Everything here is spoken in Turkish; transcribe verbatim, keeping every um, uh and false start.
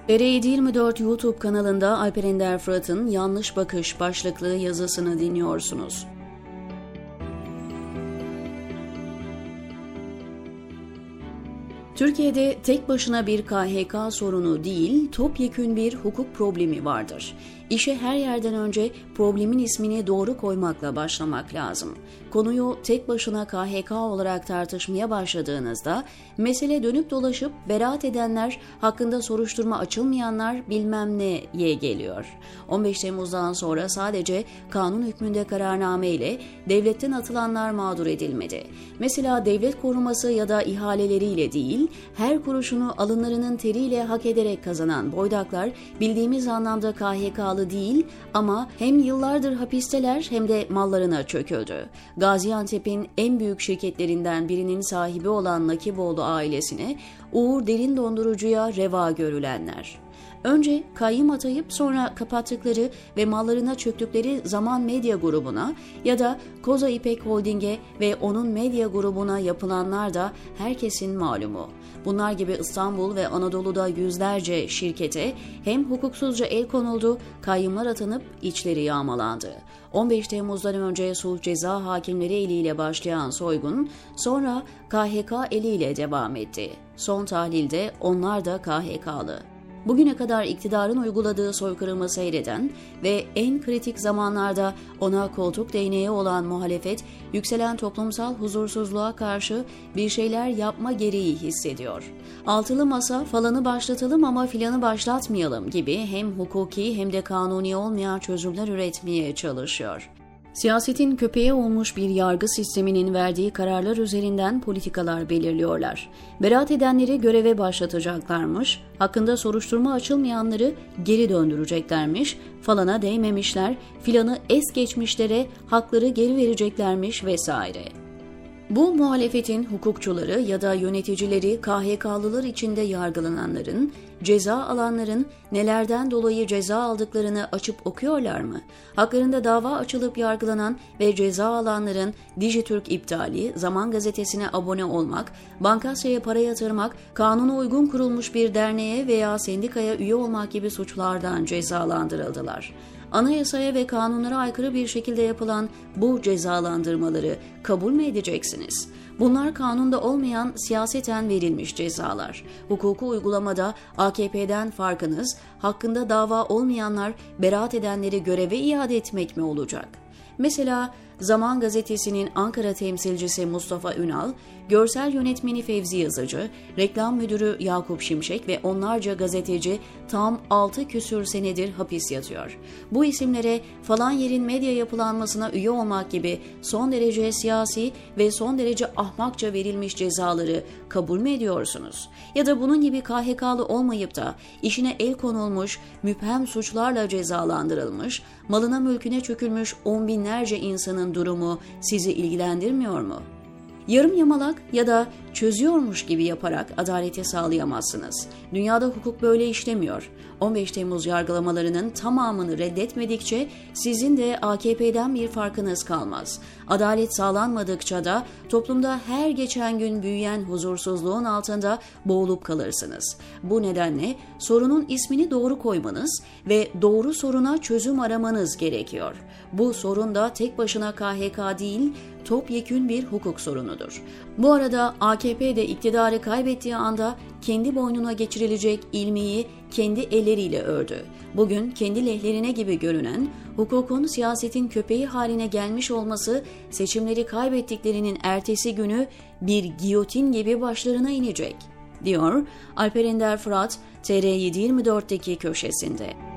T R yedi yirmi dört YouTube kanalında Alper Ender Fırat'ın Yanlış Bakış başlıklı yazısını dinliyorsunuz. Türkiye'de tek başına bir K H K sorunu değil, topyekün bir hukuk problemi vardır. İşe her yerden önce problemin ismini doğru koymakla başlamak lazım. Konuyu tek başına K H K olarak tartışmaya başladığınızda, mesele dönüp dolaşıp beraat edenler, hakkında soruşturma açılmayanlar bilmem neye geliyor. on beş Temmuz'dan sonra sadece kanun hükmünde kararname ile devletten atılanlar mağdur edilmedi. Mesela devlet koruması ya da ihaleleriyle değil, her kuruşunu alınlarının teriyle hak ederek kazanan boydaklar bildiğimiz anlamda K H K'lı değil ama hem yıllardır hapisteler hem de mallarına çöküldü. Gaziantep'in en büyük şirketlerinden birinin sahibi olan Nakiboğlu ailesine Uğur Derin Dondurucu'ya reva görülenler. Önce kayyım atayıp sonra kapattıkları ve mallarına çöktükleri Zaman Medya grubuna ya da Koza İpek Holding'e ve onun medya grubuna yapılanlar da herkesin malumu. Bunlar gibi İstanbul ve Anadolu'da yüzlerce şirkete hem hukuksuzca el konuldu, kayyımlar atanıp içleri yağmalandı. on beş Temmuz'dan önce sulh ceza hakimleri eliyle başlayan soygun, sonra K H K eliyle devam etti. Son tahlilde onlar da K H K'lı. Bugüne kadar iktidarın uyguladığı soykırımı seyreden ve en kritik zamanlarda ona koltuk değneği olan muhalefet, yükselen toplumsal huzursuzluğa karşı bir şeyler yapma gereği hissediyor. Altılı masa falanı başlatalım ama filanı başlatmayalım gibi hem hukuki hem de kanuni olmayan çözümler üretmeye çalışıyor. Siyasetin köpeği olmuş bir yargı sisteminin verdiği kararlar üzerinden politikalar belirliyorlar. Beraat edenleri göreve başlatacaklarmış, hakkında soruşturma açılmayanları geri döndüreceklermiş, falana değmemişler, filanı es geçmişlere hakları geri vereceklermiş vesaire. Bu muhalefetin hukukçuları ya da yöneticileri K H K'lılar içinde yargılananların, ceza alanların nelerden dolayı ceza aldıklarını açıp okuyorlar mı? Haklarında dava açılıp yargılanan ve ceza alanların Dijitürk iptali, Zaman Gazetesi'ne abone olmak, Bankasya'ya para yatırmak, kanuna uygun kurulmuş bir derneğe veya sendikaya üye olmak gibi suçlardan cezalandırıldılar. Anayasaya ve kanunlara aykırı bir şekilde yapılan bu cezalandırmaları kabul mü edeceksiniz? Bunlar kanunda olmayan, siyaseten verilmiş cezalar. Hukuku uygulamada A K P'den farkınız, hakkında dava olmayanlar beraat edenleri göreve iade etmek mi olacak? Mesela Zaman Gazetesi'nin Ankara temsilcisi Mustafa Ünal, görsel yönetmeni Fevzi Yazıcı, reklam müdürü Yakup Şimşek ve onlarca gazeteci tam altı küsür senedir hapis yatıyor. Bu isimlere falan yerin medya yapılanmasına üye olmak gibi son derece siyasi ve son derece ahmakça verilmiş cezaları kabul mü ediyorsunuz? Ya da bunun gibi K H K'lı olmayıp da işine el konulmuş, müphem suçlarla cezalandırılmış, malına mülküne çökülmüş on binlerce insanın durumu sizi ilgilendirmiyor mu? Yarım yamalak ya da çözüyormuş gibi yaparak adaleti sağlayamazsınız. Dünyada hukuk böyle işlemiyor. on beş Temmuz yargılamalarının tamamını reddetmedikçe sizin de A K P'den bir farkınız kalmaz. Adalet sağlanmadıkça da toplumda her geçen gün büyüyen huzursuzluğun altında boğulup kalırsınız. Bu nedenle sorunun ismini doğru koymanız ve doğru soruna çözüm aramanız gerekiyor. Bu sorun da tek başına K H K değil, topyekün bir hukuk sorunudur. Bu arada A K P de iktidarı kaybettiği anda kendi boynuna geçirilecek ilmiyi kendi elleriyle ördü. Bugün kendi lehlerine gibi görünen, hukukun siyasetin köpeği haline gelmiş olması seçimleri kaybettiklerinin ertesi günü bir giyotin gibi başlarına inecek, diyor Alper Ender Fırat T R yedi yirmi dört'teki köşesinde.